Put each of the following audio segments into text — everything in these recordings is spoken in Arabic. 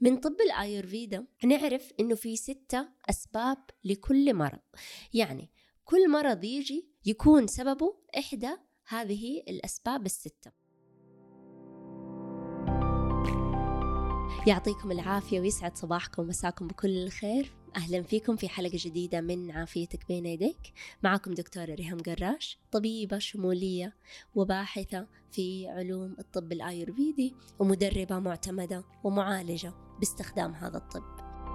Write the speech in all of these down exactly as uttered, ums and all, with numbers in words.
من طب الآيورفيدا نعرف إنه في ستة أسباب لكل مرض، يعني كل مرض يجي يكون سببه إحدى هذه الأسباب الستة. يعطيكم العافية ويسعد صباحكم ومساكم بكل الخير. أهلا فيكم في حلقة جديدة من عافيتك بين يديك. معكم دكتورة ريهام قراش، طبيبة شمولية وباحثة في علوم الطب الآيورفيدي ومدربة معتمدة ومعالجة باستخدام هذا الطب.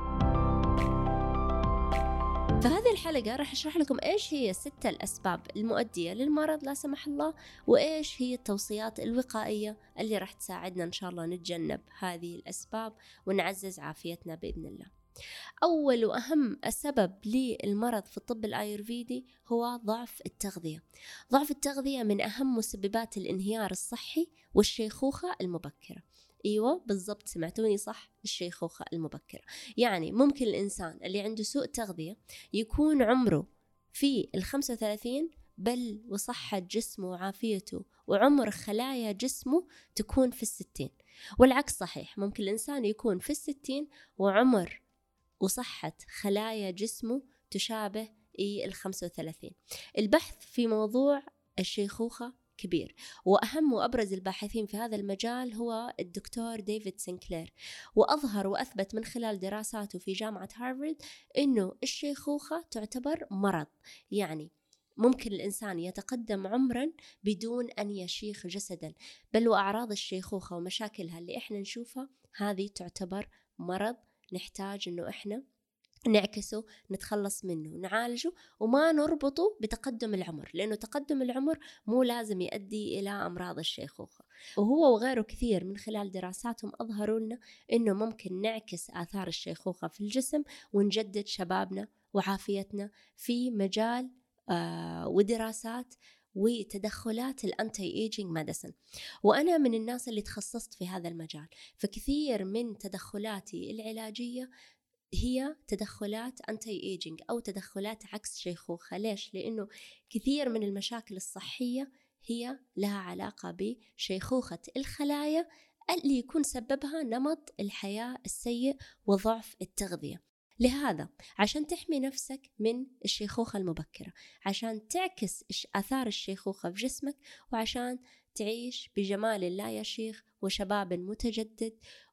فهذه الحلقة راح أشرح لكم إيش هي الستة الأسباب المؤدية للمرض لا سمح الله، وإيش هي التوصيات الوقائية اللي راح تساعدنا إن شاء الله نتجنب هذه الأسباب ونعزز عافيتنا بإذن الله. أول وأهم سبب للمرض في الطب الآيورفيدي هو ضعف التغذية. ضعف التغذية من أهم مسببات الانهيار الصحي والشيخوخة المبكرة. أيوة بالضبط، سمعتوني صح، الشيخوخة المبكرة. يعني ممكن الإنسان اللي عنده سوء تغذية يكون عمره في الخمسة وثلاثين، بل وصحة جسمه وعافيته وعمر خلايا جسمه تكون في الستين، والعكس صحيح، ممكن الإنسان يكون في الستين وعمر وصحة خلايا جسمه تشابه الخمسة وثلاثين. البحث في موضوع الشيخوخة كبير، وأهم وأبرز الباحثين في هذا المجال هو الدكتور ديفيد سينكلير، وأظهر وأثبت من خلال دراساته في جامعة هارفارد إنه الشيخوخة تعتبر مرض، يعني ممكن الإنسان يتقدم عمراً بدون أن يشيخ جسداً، بل وأعراض الشيخوخة ومشاكلها اللي إحنا نشوفها هذه تعتبر مرض نحتاج إنه إحنا نعكسه، نتخلص منه، نعالجه، وما نربطه بتقدم العمر، لأنه تقدم العمر مو لازم يؤدي إلى أمراض الشيخوخة. وهو وغيره كثير من خلال دراساتهم أظهروا لنا إنه ممكن نعكس آثار الشيخوخة في الجسم ونجدد شبابنا وعافيتنا في مجال آه ودراسات وتدخلات الأنتي إيجينج ميديسن. وأنا من الناس اللي تخصصت في هذا المجال، فكثير من تدخلاتي العلاجية هي تدخلات أنتي إيجينج أو تدخلات عكس شيخوخة. ليش؟ لأنه كثير من المشاكل الصحية هي لها علاقة بشيخوخة الخلايا اللي يكون سببها نمط الحياة السيء وضعف التغذية. لهذا عشان تحمي نفسك من الشيخوخة المبكرة، عشان تعكس آثار الشيخوخة في جسمك، وعشان تعيش بجمال لا يشيخ وشباب متجدد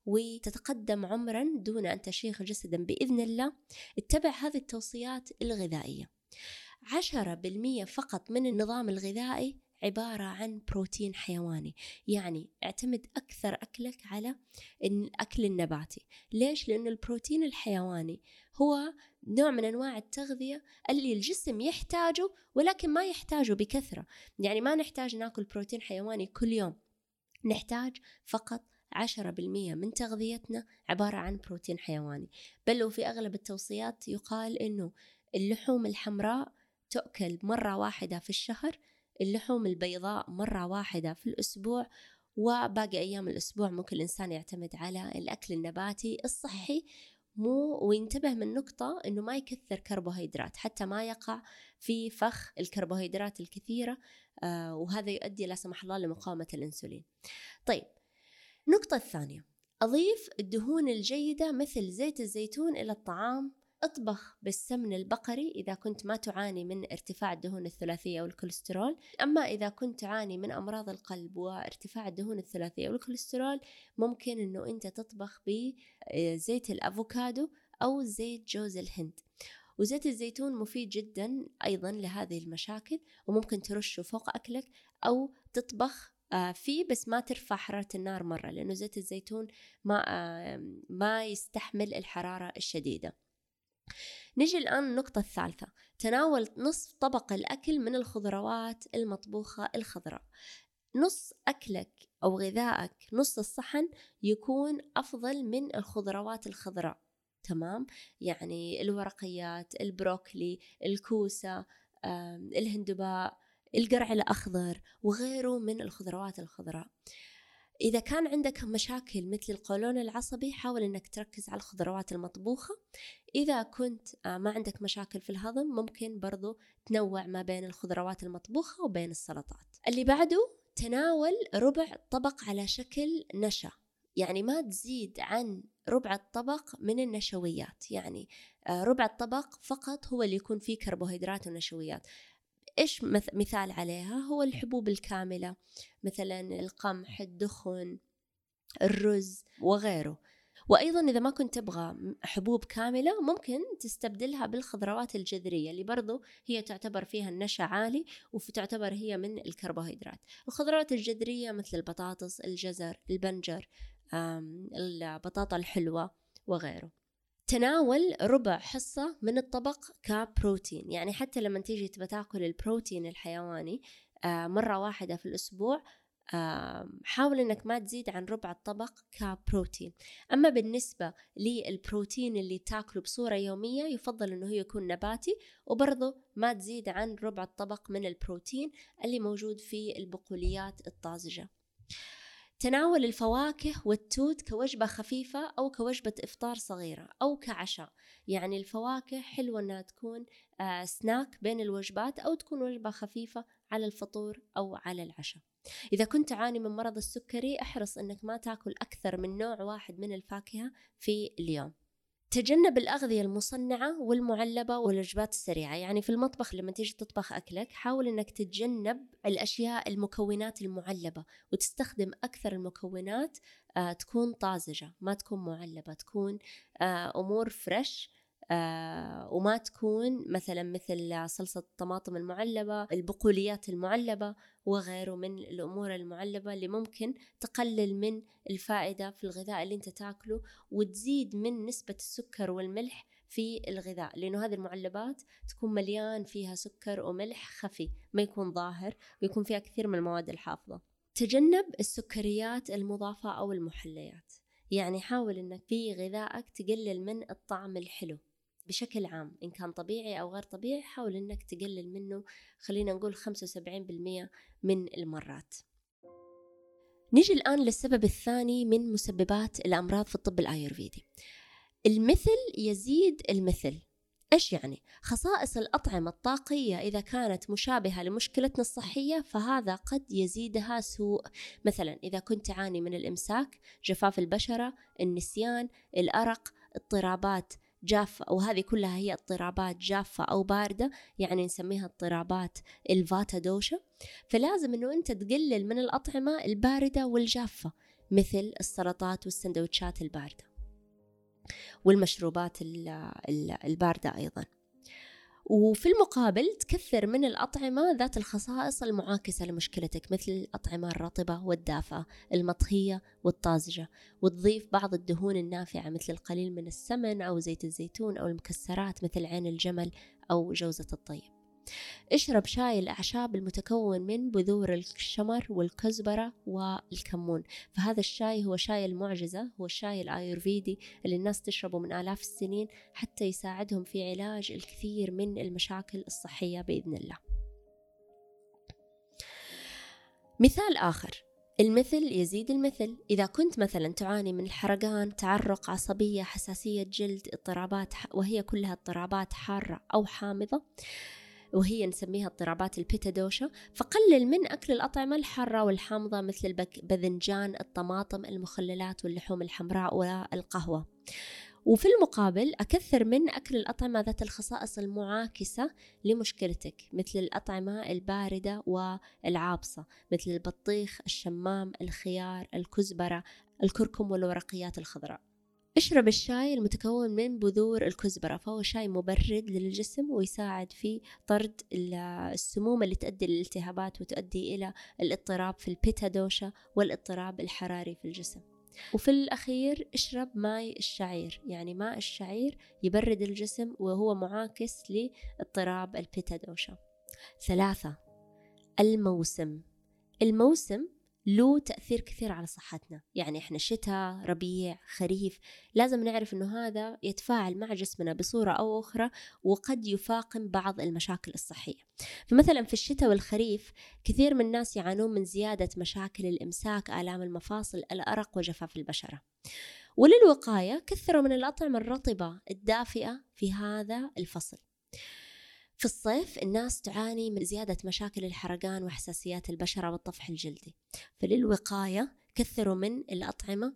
وتتقدم عمرا دون أن تشيخ جسدا بإذن الله، اتبع هذه التوصيات الغذائية. عشرة بالمية فقط من النظام الغذائي عبارة عن بروتين حيواني، يعني اعتمد أكثر أكلك على الأكل النباتي. ليش؟ لأن البروتين الحيواني هو نوع من أنواع التغذية اللي الجسم يحتاجه، ولكن ما يحتاجه بكثرة. يعني ما نحتاج ناكل بروتين حيواني كل يوم، نحتاج فقط عشرة بالمية من تغذيتنا عبارة عن بروتين حيواني. بل وفي أغلب التوصيات يقال إنه اللحوم الحمراء تؤكل مرة واحدة في الشهر، اللحوم البيضاء مرة واحدة في الأسبوع، وباقي أيام الأسبوع ممكن الإنسان يعتمد على الأكل النباتي الصحي. مو وينتبه من نقطة إنه ما يكثر كربوهيدرات حتى ما يقع في فخ الكربوهيدرات الكثيرة، آه وهذا يؤدي لا سمح الله لمقاومة الأنسولين. طيب، النقطة الثانية، أضيف الدهون الجيدة مثل زيت الزيتون إلى الطعام. اطبخ بالسمن البقري إذا كنت ما تعاني من ارتفاع الدهون الثلاثية والكوليسترول. أما إذا كنت تعاني من أمراض القلب وارتفاع الدهون الثلاثية والكوليسترول، ممكن أنه أنت تطبخ بزيت الأفوكادو أو زيت جوز الهند. وزيت الزيتون مفيد جدا أيضا لهذه المشاكل، وممكن ترشه فوق أكلك أو تطبخ فيه، بس ما ترفع حرارة النار مرة، لأنه زيت الزيتون ما ما يستحمل الحرارة الشديدة. نجي الآن النقطة الثالثة، تناول نصف طبق الأكل من الخضروات المطبوخة الخضراء. نص أكلك أو غذائك، نص الصحن يكون أفضل من الخضروات الخضراء. تمام؟ يعني الورقيات، البروكلي، الكوسة، الهندباء، القرع الأخضر وغيره من الخضروات الخضراء. إذا كان عندك مشاكل مثل القولون العصبي، حاول أنك تركز على الخضروات المطبوخة. إذا كنت ما عندك مشاكل في الهضم، ممكن برضو تنوع ما بين الخضروات المطبوخة وبين السلطات. اللي بعده، تناول ربع طبق على شكل نشا، يعني ما تزيد عن ربع الطبق من النشويات، يعني ربع الطبق فقط هو اللي يكون فيه كربوهيدرات ونشويات. إيش مثال عليها؟ هو الحبوب الكاملة، مثلا القمح، الدخن، الرز وغيره. وأيضا إذا ما كنت تبغى حبوب كاملة ممكن تستبدلها بالخضروات الجذرية اللي برضو هي تعتبر فيها النشا عالي وتعتبر هي من الكربوهيدرات. الخضروات الجذرية مثل البطاطس، الجزر، البنجر، البطاطا الحلوة وغيره. تناول ربع حصة من الطبق كبروتين، يعني حتى لما تيجي تبى تاكل البروتين الحيواني مرة واحدة في الأسبوع حاول أنك ما تزيد عن ربع الطبق كبروتين. أما بالنسبة للبروتين اللي تاكله بصورة يومية يفضل أنه يكون نباتي، وبرضه ما تزيد عن ربع الطبق من البروتين اللي موجود في البقوليات الطازجة. تناول الفواكه والتوت كوجبة خفيفة أو كوجبة إفطار صغيرة أو كعشاء. يعني الفواكه حلوة أنها تكون آه سناك بين الوجبات أو تكون وجبة خفيفة على الفطور أو على العشاء. إذا كنت تعاني من مرض السكري احرص أنك ما تأكل أكثر من نوع واحد من الفاكهة في اليوم. تجنب الأغذية المصنعة والمعلبة والوجبات السريعة. يعني في المطبخ لما تيجي تطبخ أكلك حاول أنك تتجنب الأشياء المكونات المعلبة وتستخدم أكثر المكونات آه تكون طازجة، ما تكون معلبة، تكون آه أمور فريش، آه وما تكون مثلا مثل صلصة الطماطم المعلبة، البقوليات المعلبة وغيره من الأمور المعلبة اللي ممكن تقلل من الفائدة في الغذاء اللي انت تاكله وتزيد من نسبة السكر والملح في الغذاء، لأنه هذه المعلبات تكون مليان فيها سكر وملح خفي ما يكون ظاهر ويكون فيها كثير من المواد الحافظة. تجنب السكريات المضافة أو المحليات، يعني حاول أنك في غذائك تقلل من الطعم الحلو بشكل عام، إن كان طبيعي أو غير طبيعي حاول أنك تقلل منه، خلينا نقول خمسة وسبعين بالمئة من المرات. نيجي الآن للسبب الثاني من مسببات الأمراض في الطب الآيورفيدي. المثل يزيد المثل. إيش يعني؟ خصائص الأطعمة الطاقية إذا كانت مشابهة لمشكلتنا الصحية فهذا قد يزيدها سوء. مثلا إذا كنت تعاني من الإمساك، جفاف البشرة، النسيان، الأرق، اضطرابات جافة، وهذه كلها هي اضطرابات جافة أو باردة، يعني نسميها اضطرابات الفاتا دوشا، فلازم أنه أنت تقلل من الأطعمة الباردة والجافة مثل السلطات والسندوتشات الباردة والمشروبات الباردة أيضا. وفي المقابل تكثر من الأطعمة ذات الخصائص المعاكسة لمشكلتك مثل الأطعمة الرطبة والدافئة، المطهية والطازجة، وتضيف بعض الدهون النافعة مثل القليل من السمن أو زيت الزيتون أو المكسرات مثل عين الجمل أو جوزة الطيب. اشرب شاي الأعشاب المتكون من بذور الشمر والكزبرة والكمون، فهذا الشاي هو شاي المعجزة، هو الشاي الآيورفيدي اللي الناس تشربه من آلاف السنين حتى يساعدهم في علاج الكثير من المشاكل الصحية بإذن الله. مثال آخر، المثل يزيد المثل. إذا كنت مثلا تعاني من الحرقان، تعرق، عصبية، حساسية جلد، اضطرابات وهي كلها اضطرابات حارة أو حامضة وهي نسميها اضطرابات البيتا دوشا، فقلل من أكل الأطعمة الحارة والحامضة مثل الباذنجان، الطماطم، المخللات واللحوم الحمراء والقهوة. وفي المقابل أكثر من أكل الأطعمة ذات الخصائص المعاكسة لمشكلتك مثل الأطعمة الباردة والعابصة مثل البطيخ، الشمام، الخيار، الكزبرة، الكركم والورقيات الخضراء. اشرب الشاي المتكون من بذور الكزبرة، فهو شاي مبرد للجسم ويساعد في طرد السموم اللي تؤدي للالتهابات وتؤدي إلى الاضطراب في البيتا دوشا والاضطراب الحراري في الجسم. وفي الأخير اشرب ماء الشعير، يعني ماء الشعير يبرد الجسم وهو معاكس لاضطراب البيتا دوشا. ثلاثة، الموسم. الموسم له تأثير كثير على صحتنا، يعني إحنا شتاء، ربيع، خريف، لازم نعرف إنه هذا يتفاعل مع جسمنا بصورة أو أخرى وقد يفاقم بعض المشاكل الصحية. فمثلا في الشتاء والخريف كثير من الناس يعانون من زيادة مشاكل الإمساك، آلام المفاصل، الأرق وجفاف البشرة. وللوقاية كثروا من الأطعمة الرطبة الدافئة في هذا الفصل. في الصيف الناس تعاني من زيادة مشاكل الحرقان وحساسيات البشرة والطفح الجلدي، فللوقاية كثروا من الأطعمة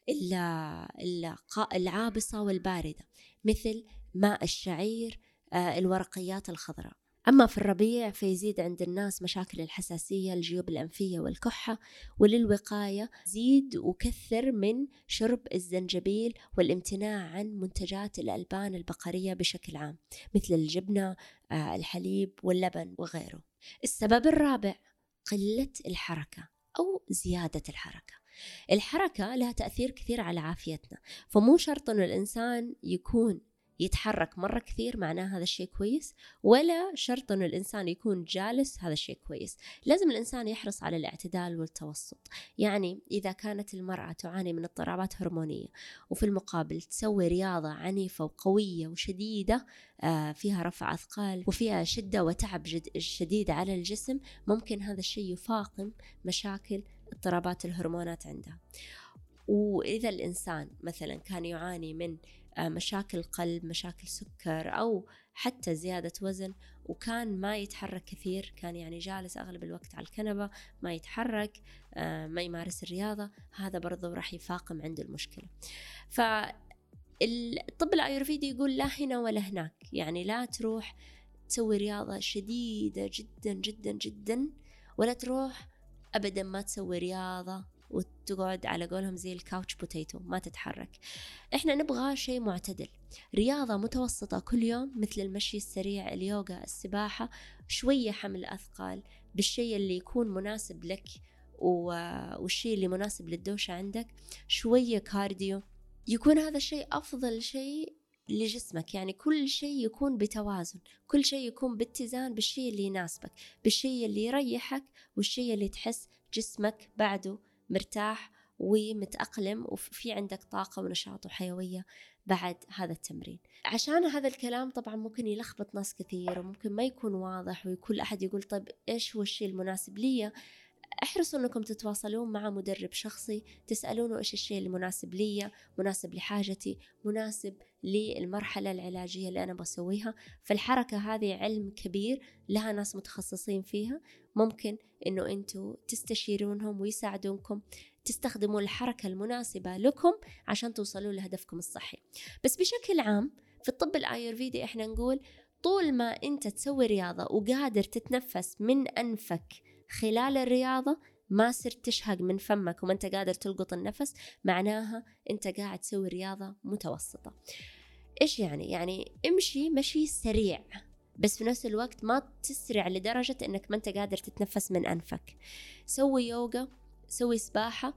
العابصة والباردة مثل ماء الشعير، الورقيات الخضراء. أما في الربيع فيزيد عند الناس مشاكل الحساسية، الجيوب الأنفية والكحة. وللوقاية زيد وكثر من شرب الزنجبيل والامتناع عن منتجات الألبان البقرية بشكل عام مثل الجبنة، الحليب واللبن وغيره. السبب الرابع قلة الحركة أو زيادة الحركة. الحركة لها تأثير كثير على عافيتنا، فمو شرط أن الإنسان يكون يتحرك مرة كثير معناه هذا الشيء كويس، ولا شرط أن الإنسان يكون جالس هذا الشيء كويس. لازم الإنسان يحرص على الاعتدال والتوسط. يعني إذا كانت المرأة تعاني من اضطرابات هرمونية وفي المقابل تسوي رياضة عنيفة وقوية وشديدة فيها رفع أثقال وفيها شدة وتعب شديد على الجسم، ممكن هذا الشيء يفاقم مشاكل اضطرابات الهرمونات عندها. وإذا الإنسان مثلا كان يعاني من مشاكل قلب، مشاكل سكر، أو حتى زيادة وزن وكان ما يتحرك كثير، كان يعني جالس أغلب الوقت على الكنبة ما يتحرك، ما يمارس الرياضة، هذا برضو راح يفاقم عنده المشكلة. فالطب الآيورفيدي يقول لا هنا ولا هناك، يعني لا تروح تسوي رياضة شديدة جدا جدا جدا، ولا تروح أبدا ما تسوي رياضة وتقعد على قولهم زي الكاوتش بوتيتو ما تتحرك. احنا نبغى شيء معتدل، رياضة متوسطة كل يوم مثل المشي السريع، اليوغا، السباحة، شوية حمل أثقال بالشيء اللي يكون مناسب لك والشيء اللي مناسب للدوشة عندك، شوية كارديو. يكون هذا الشيء أفضل شيء لجسمك، يعني كل شيء يكون بتوازن، كل شيء يكون باتزان بالشيء اللي يناسبك، بالشيء اللي يريحك والشيء اللي تحس جسمك بعده مرتاح ومتأقلم وفي عندك طاقة ونشاط وحيوية بعد هذا التمرين. عشان هذا الكلام طبعا ممكن يلخبط ناس كثير وممكن ما يكون واضح، وكل أحد يقول طيب إيش هو الشيء المناسب لي. احرصوا أنكم تتواصلون مع مدرب شخصي، تسألونه إيش الشيء اللي مناسب لي، مناسب لحاجتي، مناسب للمرحلة العلاجية اللي أنا بسويها. فالحركة هذه علم كبير لها ناس متخصصين فيها، ممكن أنه أنتوا تستشيرونهم ويساعدونكم تستخدموا الحركة المناسبة لكم عشان توصلوا لهدفكم الصحي. بس بشكل عام في الطب الآيورفيدي إحنا نقول طول ما أنت تسوي رياضة وقادر تتنفس من أنفك خلال الرياضة، ما صرت تشهق من فمك وما أنت قادر تلقط النفس، معناها أنت قاعد تسوي رياضة متوسطة. إيش يعني؟ يعني امشي مشي سريع بس في نفس الوقت ما تسرع لدرجة أنك ما أنت قادر تتنفس من أنفك. سوي يوغا، سوي سباحة،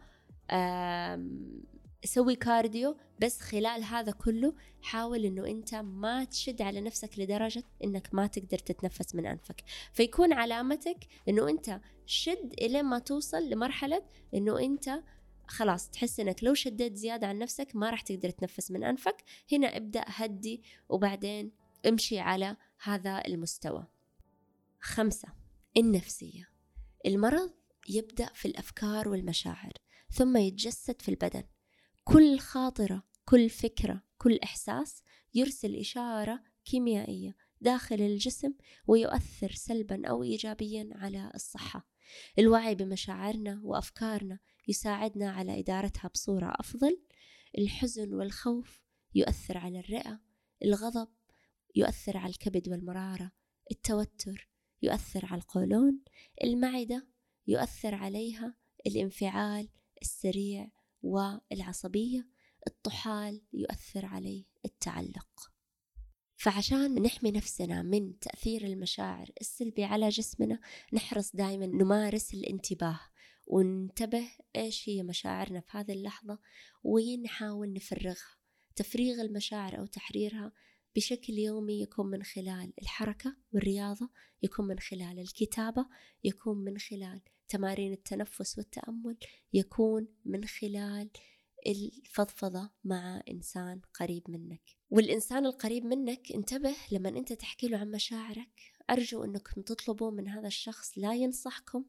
سوي كارديو، بس خلال هذا كله حاول أنه أنت ما تشد على نفسك لدرجة أنك ما تقدر تتنفس من أنفك، فيكون علامتك أنه أنت شد إلى ما توصل لمرحلة أنه أنت خلاص تحس أنك لو شديت زيادة عن نفسك ما راح تقدر تتنفس من أنفك. هنا ابدأ هدي وبعدين امشي على هذا المستوى. خمسة، النفسية. المرض يبدأ في الأفكار والمشاعر ثم يتجسد في البدن. كل خاطرة، كل فكرة، كل إحساس يرسل إشارة كيميائية داخل الجسم ويؤثر سلبا أو إيجابيا على الصحة. الوعي بمشاعرنا وأفكارنا يساعدنا على إدارتها بصورة أفضل. الحزن والخوف يؤثر على الرئة، الغضب يؤثر على الكبد والمرارة، التوتر يؤثر على القولون، المعدة يؤثر عليها الانفعال السريع والعصبية، الطحال يؤثر عليه التعلق. فعشان نحمي نفسنا من تأثير المشاعر السلبي على جسمنا نحرص دائما نمارس الانتباه وننتبه إيش هي مشاعرنا في هذه اللحظة ونحاول نفرغها. تفريغ المشاعر أو تحريرها بشكل يومي يكون من خلال الحركة والرياضة، يكون من خلال الكتابة، يكون من خلال تمارين التنفس والتأمل، يكون من خلال الفضفضة مع إنسان قريب منك. والإنسان القريب منك انتبه لما أنت تحكي له عن مشاعرك، أرجو أنكم تطلبوا من هذا الشخص لا ينصحكم،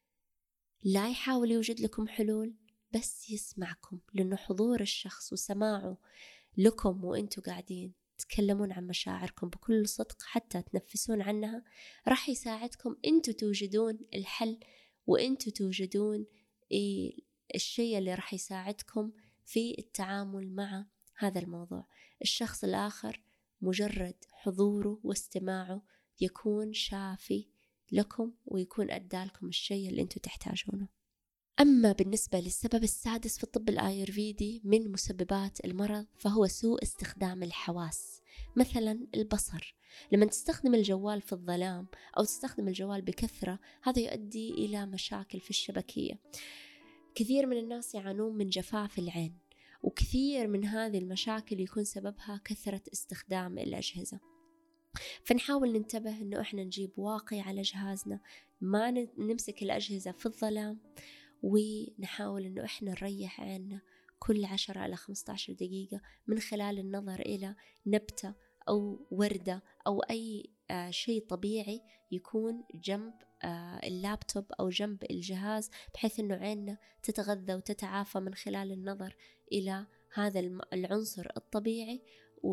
لا يحاول يوجد لكم حلول، بس يسمعكم، لأنه حضور الشخص وسماعه لكم وأنتوا قاعدين تتكلمون عن مشاعركم بكل صدق حتى تنفسون عنها راح يساعدكم أنتوا توجدون الحل، وأنتوا توجدون الشيء اللي راح يساعدكم في التعامل مع هذا الموضوع. الشخص الآخر مجرد حضوره واستماعه يكون شافي لكم ويكون أدالكم الشيء اللي أنتم تحتاجونه. أما بالنسبة للسبب السادس في الطب الآيورفيدي من مسببات المرض فهو سوء استخدام الحواس. مثلا البصر، لما تستخدم الجوال في الظلام أو تستخدم الجوال بكثرة هذا يؤدي إلى مشاكل في الشبكية. كثير من الناس يعانون من جفاف العين، وكثير من هذه المشاكل يكون سببها كثرة استخدام الأجهزة. فنحاول ننتبه إنه إحنا نجيب واقي على جهازنا، ما نمسك الأجهزة في الظلام، ونحاول إنه إحنا نريح عيننا كل عشرة إلى خمسة عشر دقيقة من خلال النظر إلى نبتة أو وردة أو أي آه شيء طبيعي يكون جنب آه اللابتوب أو جنب الجهاز، بحيث إنه عيننا تتغذى وتتعافى من خلال النظر إلى هذا العنصر الطبيعي،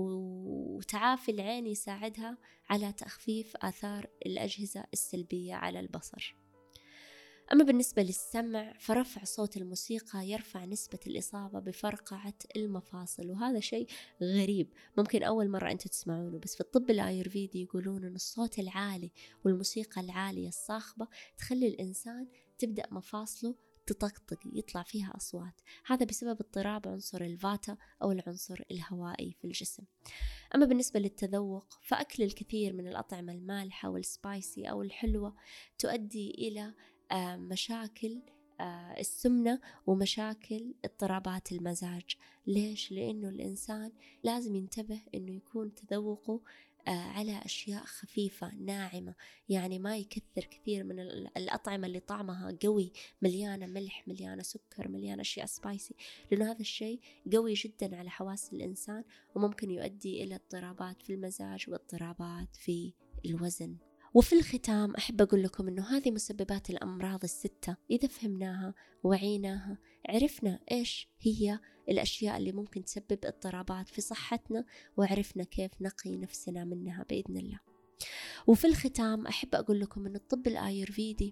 وتعافي العين يساعدها على تخفيف آثار الأجهزة السلبية على البصر. أما بالنسبة للسمع فرفع صوت الموسيقى يرفع نسبة الإصابة بفرقعة المفاصل، وهذا شيء غريب ممكن أول مرة أنتوا تسمعونه، بس في الطب الآيورفيدي يقولون أن الصوت العالي والموسيقى العالية الصاخبة تخلي الإنسان تبدأ مفاصله تطقطق، يطلع فيها أصوات، هذا بسبب اضطراب عنصر الفاتا أو العنصر الهوائي في الجسم. أما بالنسبة للتذوق فأكل الكثير من الأطعمة المالحة والسبايسي أو الحلوة تؤدي إلى مشاكل السمنة ومشاكل اضطرابات المزاج. ليش؟ لأنه الإنسان لازم ينتبه أنه يكون تذوقه على أشياء خفيفة ناعمة، يعني ما يكثر كثير من الأطعمة اللي طعمها قوي، مليانة ملح، مليانة سكر، مليانة أشياء سبايسي، لأنه هذا الشيء قوي جدا على حواس الإنسان وممكن يؤدي إلى اضطرابات في المزاج واضطرابات في الوزن. وفي الختام أحب أقول لكم أنه هذه مسببات الأمراض الستة إذا فهمناها وعيناها عرفنا إيش هي الأشياء اللي ممكن تسبب اضطرابات في صحتنا، وعرفنا كيف نقي نفسنا منها بإذن الله. وفي الختام أحب أقول لكم أن الطب الآيورفيدي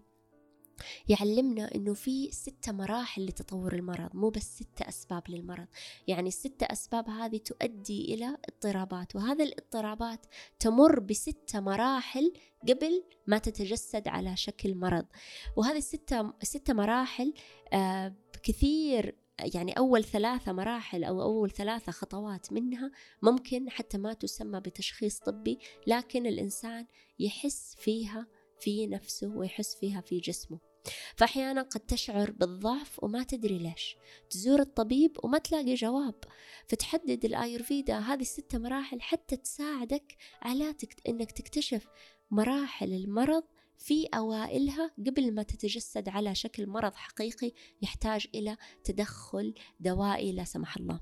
يعلمنا أنه في ستة مراحل لتطور المرض، مو بس ستة أسباب للمرض. يعني الستة أسباب هذه تؤدي إلى اضطرابات، وهذا الاضطرابات تمر بستة مراحل قبل ما تتجسد على شكل مرض. وهذه الستة ستة مراحل آه كثير، يعني أول ثلاثة مراحل أو أول ثلاثة خطوات منها ممكن حتى ما تسمى بتشخيص طبي، لكن الإنسان يحس فيها في نفسه ويحس فيها في جسمه. فأحيانا قد تشعر بالضعف وما تدري ليش، تزور الطبيب وما تلاقي جواب، فتحدد الآيورفيدا هذه الستة مراحل حتى تساعدك على تكت... أنك تكتشف مراحل المرض في أوائلها قبل ما تتجسد على شكل مرض حقيقي يحتاج إلى تدخل دوائي لا سمح الله.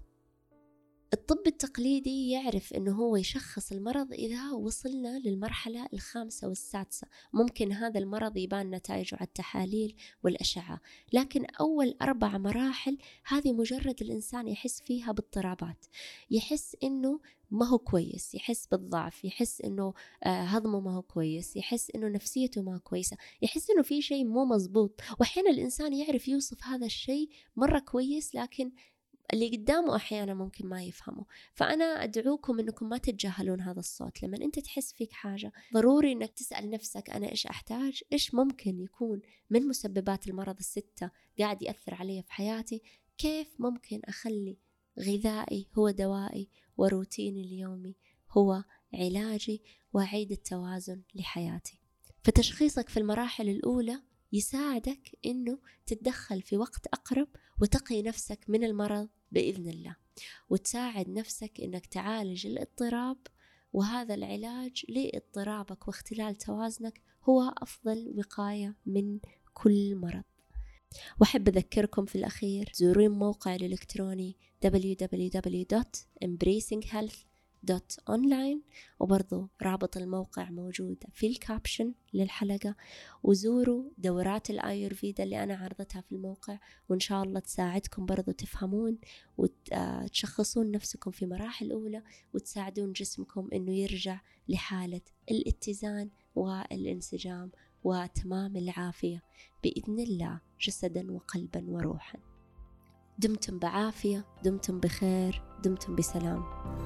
الطب التقليدي يعرف أنه هو يشخص المرض إذا وصلنا للمرحلة الخامسة والسادسة، ممكن هذا المرض يبان نتائجه على التحاليل والأشعة، لكن أول أربع مراحل هذه مجرد الإنسان يحس فيها باضطرابات، يحس أنه ما هو كويس، يحس بالضعف، يحس أنه هضمه ما هو كويس، يحس أنه نفسيته ما كويسة، يحس أنه في شيء مو مزبوط. وأحيانا الإنسان يعرف يوصف هذا الشيء مرة كويس، لكن اللي قدامه أحيانا ممكن ما يفهمه. فأنا أدعوكم أنكم ما تتجاهلون هذا الصوت. لما أنت تحس فيك حاجة ضروري أنك تسأل نفسك أنا إيش أحتاج، إيش ممكن يكون من مسببات المرض الستة قاعد يأثر علي في حياتي، كيف ممكن أخلي غذائي هو دوائي وروتيني اليومي هو علاجي، وأعيد التوازن لحياتي. فتشخيصك في المراحل الأولى يساعدك أنه تتدخل في وقت أقرب وتقي نفسك من المرض بإذن الله، وتساعد نفسك أنك تعالج الاضطراب، وهذا العلاج لاضطرابك واختلال توازنك هو أفضل وقاية من كل مرض. وأحب أذكركم في الأخير زورون موقع الإلكتروني دبليو دبليو دبليو دوت إمبريسينغ هيلث دوت أونلاين، وبرضو رابط الموقع موجود في الكابشن للحلقة. وزوروا دورات الآيورفيدا اللي أنا عرضتها في الموقع، وإن شاء الله تساعدكم برضو تفهمون وتشخصون نفسكم في مراحل أولى، وتساعدون جسمكم أنه يرجع لحالة الاتزان والانسجام وتمام العافية بإذن الله، جسدا وقلبا وروحا. دمتم بعافية، دمتم بخير، دمتم بسلام.